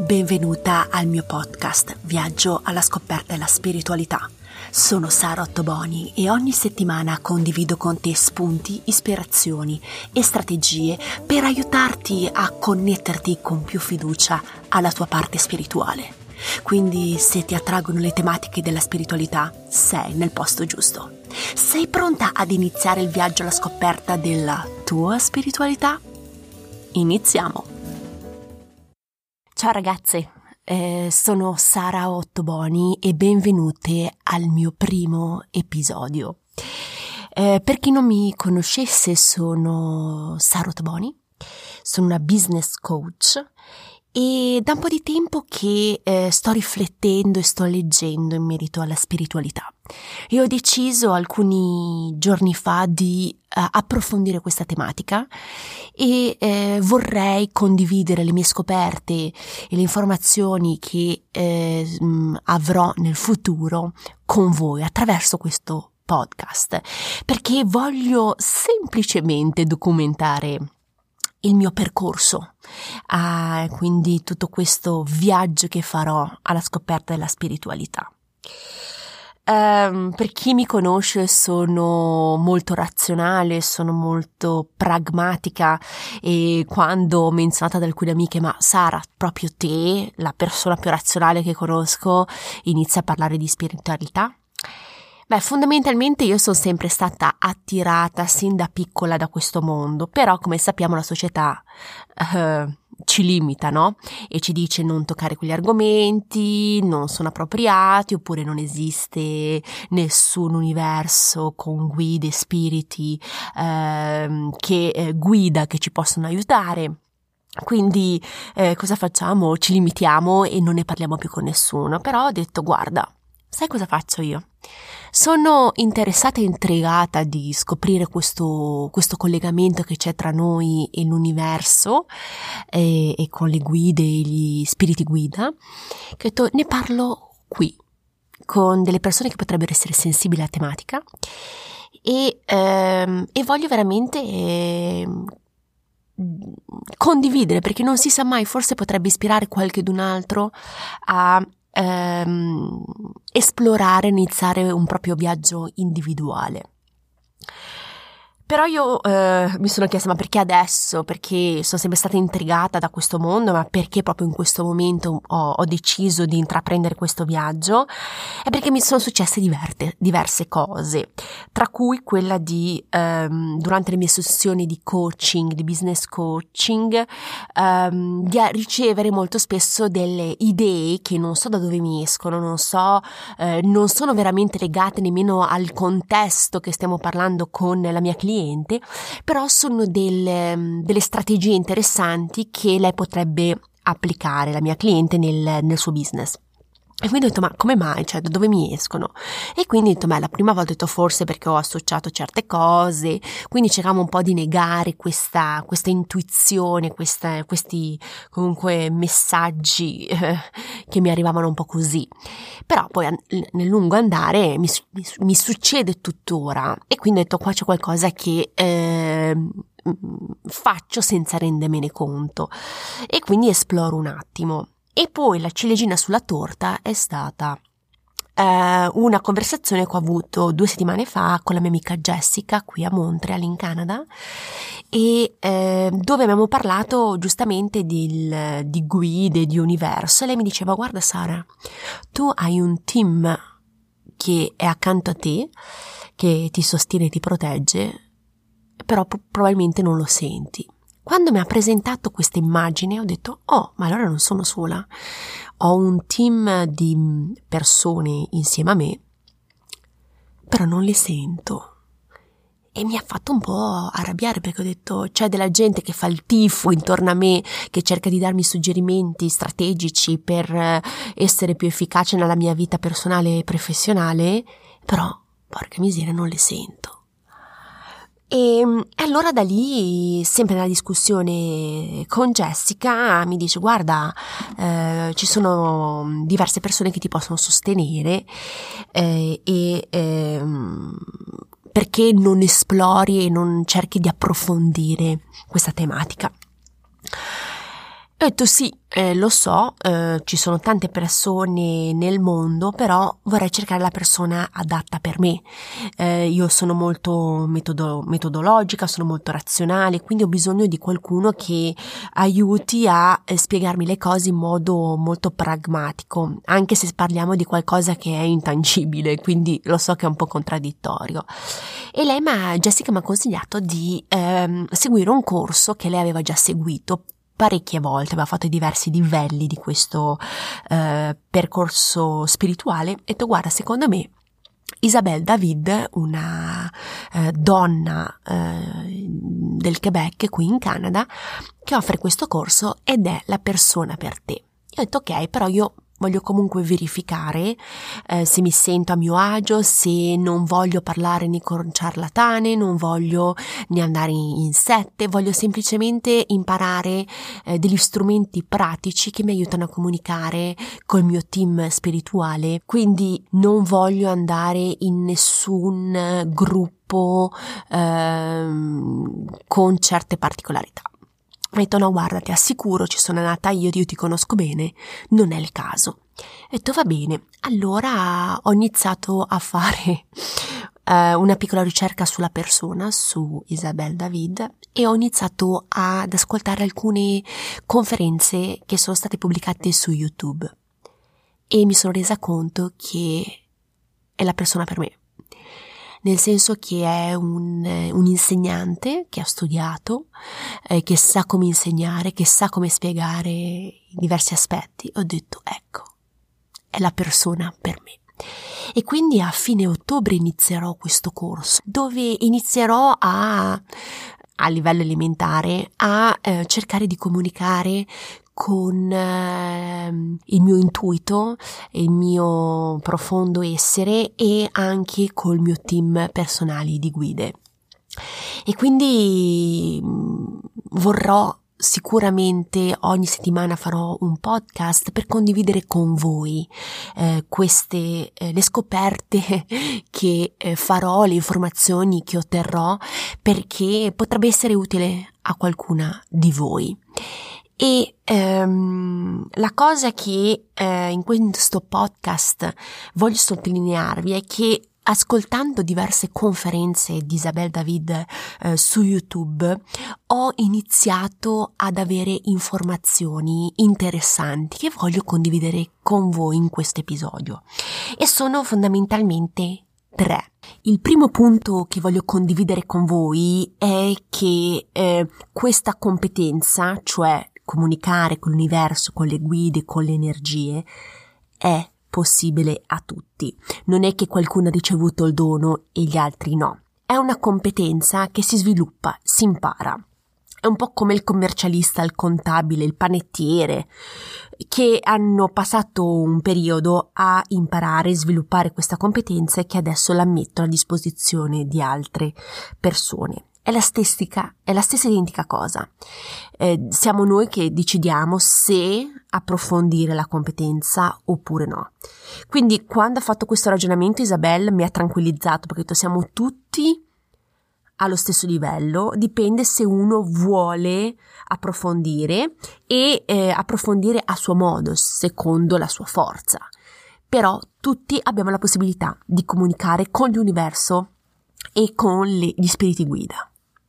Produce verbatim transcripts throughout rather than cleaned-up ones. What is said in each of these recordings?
benvenuta al mio podcast Viaggio alla scoperta della spiritualità. Sono Sara Ottoboni e ogni settimana condivido con te spunti, ispirazioni e strategie per aiutarti a connetterti con più fiducia alla tua parte spirituale. Quindi se ti attraggono le tematiche della spiritualità, sei nel posto giusto. Sei pronta ad iniziare il viaggio alla scoperta della tua spiritualità? Iniziamo! Ciao ragazze, eh, sono Sara Ottoboni e benvenute al mio primo episodio. Eh, per chi non mi conoscesse, sono Sara Ottoboni, sono una business coach e da un po' di tempo che eh, sto riflettendo e sto leggendo in merito alla spiritualità. E ho deciso alcuni giorni fa di uh, approfondire questa tematica e eh, vorrei condividere le mie scoperte e le informazioni che eh, mh, avrò nel futuro con voi attraverso questo podcast, perché voglio semplicemente documentare il mio percorso, ah, quindi tutto questo viaggio che farò alla scoperta della spiritualità. Um, per chi mi conosce sono molto razionale, sono molto pragmatica e quando ho menzionato ad alcune amiche ma Sara, proprio te, la persona più razionale che conosco, inizia a parlare di spiritualità? Beh, fondamentalmente io sono sempre stata attirata sin da piccola da questo mondo, però come sappiamo la società uh, ci limita, no? E ci dice non toccare quegli argomenti, non sono appropriati, oppure non esiste nessun universo con guide, spiriti uh, che uh, guida, che ci possono aiutare. Quindi eh, cosa facciamo? Ci limitiamo e non ne parliamo più con nessuno. Però ho detto, guarda, sai cosa faccio io? Sono interessata e intrigata di scoprire questo, questo collegamento che c'è tra noi e l'universo e, e con le guide e gli spiriti guida, che ho detto, ne parlo qui con delle persone che potrebbero essere sensibili alla tematica e, ehm, e voglio veramente eh, condividere, perché non si sa mai, forse potrebbe ispirare qualchedun altro a Ehm, esplorare, iniziare un proprio viaggio individuale. Però io eh, mi sono chiesta, ma perché adesso? Perché sono sempre stata intrigata da questo mondo, ma perché proprio in questo momento ho, ho deciso di intraprendere questo viaggio? È perché mi sono successe diverse, diverse cose, tra cui quella di, ehm, durante le mie sessioni di coaching, di business coaching, ehm, di ricevere molto spesso delle idee che non so da dove mi escono, non so, eh, non sono veramente legate nemmeno al contesto che stiamo parlando con la mia cliente, però sono delle, delle strategie interessanti che lei potrebbe applicare, la mia cliente, nel, nel suo business. E quindi ho detto, ma come mai? Cioè, da dove mi escono? E quindi ho detto, ma la prima volta ho detto forse perché ho associato certe cose, quindi cercavo un po' di negare questa, questa intuizione, questa, questi comunque messaggi eh, che mi arrivavano un po' così. Però poi nel lungo andare mi, mi, mi succede tuttora e quindi ho detto, qua c'è qualcosa che eh, faccio senza rendermene conto e quindi esploro un attimo. E poi la ciliegina sulla torta è stata eh, una conversazione che ho avuto due settimane fa con la mia amica Jessica qui a Montreal in Canada e eh, dove abbiamo parlato giustamente di, di guide, di universo, e lei mi diceva, guarda Sara, tu hai un team che è accanto a te, che ti sostiene e ti protegge, però p- probabilmente non lo senti. Quando mi ha presentato questa immagine ho detto, oh, ma allora non sono sola, ho un team di persone insieme a me, però non le sento. E mi ha fatto un po' arrabbiare, perché ho detto, c'è della gente che fa il tifo intorno a me, che cerca di darmi suggerimenti strategici per essere più efficace nella mia vita personale e professionale, però, porca miseria, non le sento. E allora da lì, sempre nella discussione con Jessica, mi dice, guarda, eh, ci sono diverse persone che ti possono sostenere eh, e eh, perché non esplori e non cerchi di approfondire questa tematica. Ho detto sì, eh, lo so, eh, ci sono tante persone nel mondo, però vorrei cercare la persona adatta per me. Eh, io sono molto metodo- metodologica, sono molto razionale, quindi ho bisogno di qualcuno che aiuti a eh, spiegarmi le cose in modo molto pragmatico, anche se parliamo di qualcosa che è intangibile, quindi lo so che è un po' contraddittorio. E lei, ma Jessica mi ha consigliato di ehm, seguire un corso che lei aveva già seguito parecchie volte, aveva fatto diversi livelli di questo eh, percorso spirituale, e ho detto guarda, secondo me Isabelle David, una eh, donna eh, del Quebec qui in Canada, che offre questo corso ed è la persona per te. Io ho detto ok, però io voglio comunque verificare eh, se mi sento a mio agio, se non voglio parlare né con ciarlatane, non voglio né andare in sette, voglio semplicemente imparare eh, degli strumenti pratici che mi aiutano a comunicare col mio team spirituale, quindi non voglio andare in nessun gruppo ehm, con certe particolarità. Mi ha detto no, guarda, ti assicuro, ci sono andata io, io ti conosco bene, non è il caso. Ho detto va bene, allora ho iniziato a fare eh, una piccola ricerca sulla persona, su Isabelle David, e ho iniziato ad ascoltare alcune conferenze che sono state pubblicate su YouTube e mi sono resa conto che è la persona per me. Nel senso che è un, un insegnante che ha studiato, eh, che sa come insegnare, che sa come spiegare diversi aspetti. Ho detto, ecco, è la persona per me. E quindi a fine ottobre inizierò questo corso, dove inizierò a, a livello elementare, a eh, cercare di comunicare con eh, il mio intuito, il mio profondo essere e anche col mio team personali di guide. E quindi mh, vorrò sicuramente ogni settimana farò un podcast per condividere con voi eh, queste eh, le scoperte che eh, farò, le informazioni che otterrò, perché potrebbe essere utile a qualcuna di voi. E ehm, la cosa che eh, in questo podcast voglio sottolinearvi è che ascoltando diverse conferenze di Isabelle David eh, su YouTube ho iniziato ad avere informazioni interessanti che voglio condividere con voi in questo episodio, e sono fondamentalmente tre. Il primo punto che voglio condividere con voi è che eh, questa competenza, cioè comunicare con l'universo, con le guide, con le energie, è possibile a tutti. Non è che qualcuno ha ricevuto il dono e gli altri no. È una competenza che si sviluppa, si impara. È un po' come il commercialista, il contabile, il panettiere, che hanno passato un periodo a imparare e sviluppare questa competenza e che adesso la mettono a disposizione di altre persone. È la stessa, è la stessa identica cosa. Eh, siamo noi che decidiamo se approfondire la competenza oppure no. Quindi quando ha fatto questo ragionamento Isabelle mi ha tranquillizzato, perché ho detto siamo tutti allo stesso livello, dipende se uno vuole approfondire e eh, approfondire a suo modo, secondo la sua forza. Però tutti abbiamo la possibilità di comunicare con l'universo e con le, gli spiriti guida.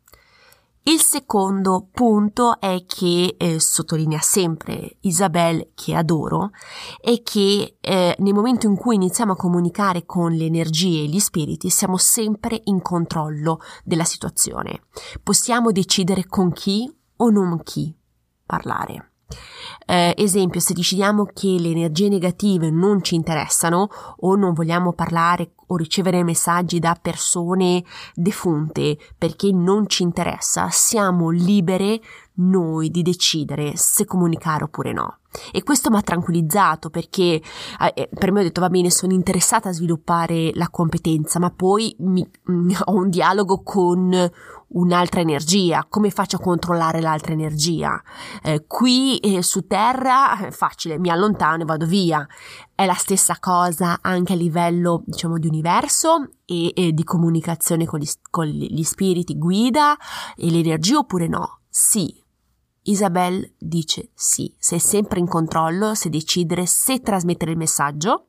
Il secondo punto è che eh, sottolinea sempre Isabelle, che adoro, è che eh, nel momento in cui iniziamo a comunicare con le energie e gli spiriti siamo sempre in controllo della situazione. Possiamo decidere con chi o non chi parlare. Eh, esempio, se decidiamo che le energie negative non ci interessano o non vogliamo parlare o ricevere messaggi da persone defunte perché non ci interessa, siamo libere noi di decidere se comunicare oppure no. E questo mi ha tranquillizzato, perché eh, per me ho detto va bene, sono interessata a sviluppare la competenza, ma poi mi, mi, ho un dialogo con un'altra energia. Come faccio a controllare l'altra energia? Eh, qui eh, su terra è facile, mi allontano e vado via. È la stessa cosa anche a livello, diciamo, di universo e, e di comunicazione con gli, con gli spiriti guida e l'energia, oppure no? Sì, Isabel dice sì, sei sempre in controllo, sai decidere se trasmettere il messaggio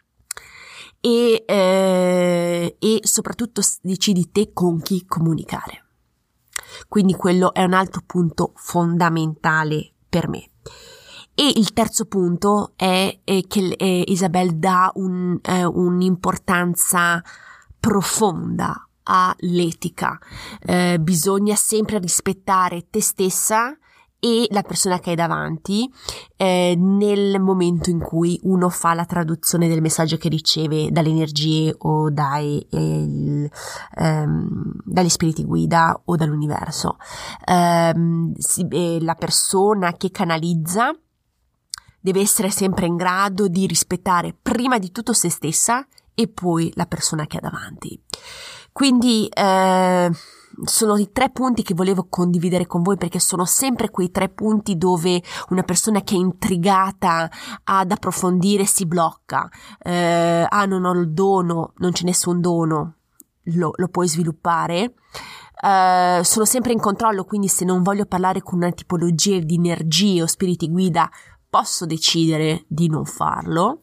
e, eh, e soprattutto decidi te con chi comunicare. Quindi quello è un altro punto fondamentale per me. E il terzo punto è, è che eh, Isabel dà un, eh, un'importanza profonda all'etica. Eh, bisogna sempre rispettare te stessa e la persona che hai davanti eh, nel momento in cui uno fa la traduzione del messaggio che riceve dalle energie o dai, eh, ehm, dagli spiriti guida o dall'universo. Eh, si, eh, la persona che canalizza deve essere sempre in grado di rispettare prima di tutto se stessa e poi la persona che ha davanti. Quindi eh, sono i tre punti che volevo condividere con voi, perché sono sempre quei tre punti dove una persona che è intrigata ad approfondire si blocca. Eh, ah, non ho il dono, non c'è nessun dono, lo, lo puoi sviluppare. Uh, sono sempre in controllo, quindi se non voglio parlare con una tipologia di energie o spiriti guida posso decidere di non farlo.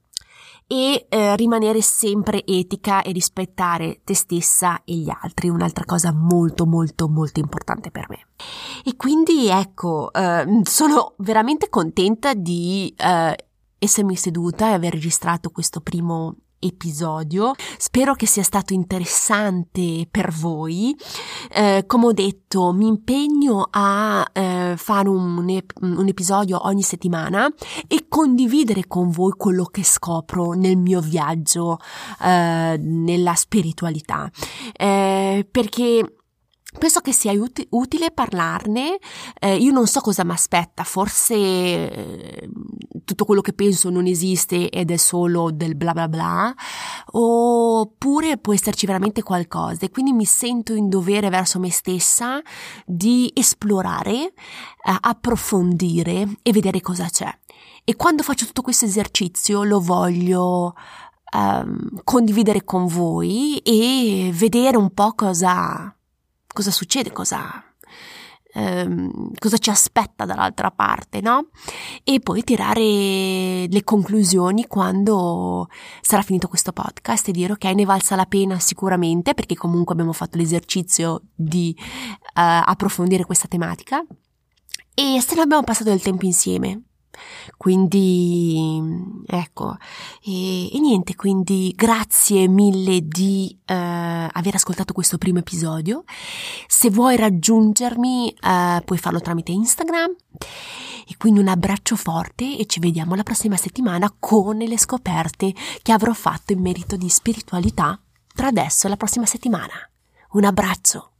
E eh, rimanere sempre etica e rispettare te stessa e gli altri, un'altra cosa molto molto molto importante per me. E quindi ecco, eh, sono veramente contenta di eh, essermi seduta e aver registrato questo primo episodio. Spero che sia stato interessante per voi. Eh, come ho detto, mi impegno a eh, fare un, ep- un episodio ogni settimana e condividere con voi quello che scopro nel mio viaggio eh, nella spiritualità, eh, perché penso che sia ut- utile parlarne. Eh, io non so cosa mi aspetta, forse eh, tutto quello che penso non esiste ed è solo del bla bla bla, oppure può esserci veramente qualcosa, e quindi mi sento in dovere verso me stessa di esplorare, eh, approfondire e vedere cosa c'è. E quando faccio tutto questo esercizio lo voglio ehm, condividere con voi e vedere un po' cosa cosa succede, cosa, ehm, cosa ci aspetta dall'altra parte, no? E poi tirare le conclusioni quando sarà finito questo podcast e dire ok, ne valsa la pena sicuramente, perché comunque abbiamo fatto l'esercizio di uh, approfondire questa tematica e se ne abbiamo passato del tempo insieme. Quindi ecco, e, e niente, quindi grazie mille di uh, aver ascoltato questo primo episodio. Se vuoi raggiungermi uh, puoi farlo tramite Instagram, e quindi un abbraccio forte e ci vediamo la prossima settimana con le scoperte che avrò fatto in merito di spiritualità tra adesso e la prossima settimana. Un abbraccio.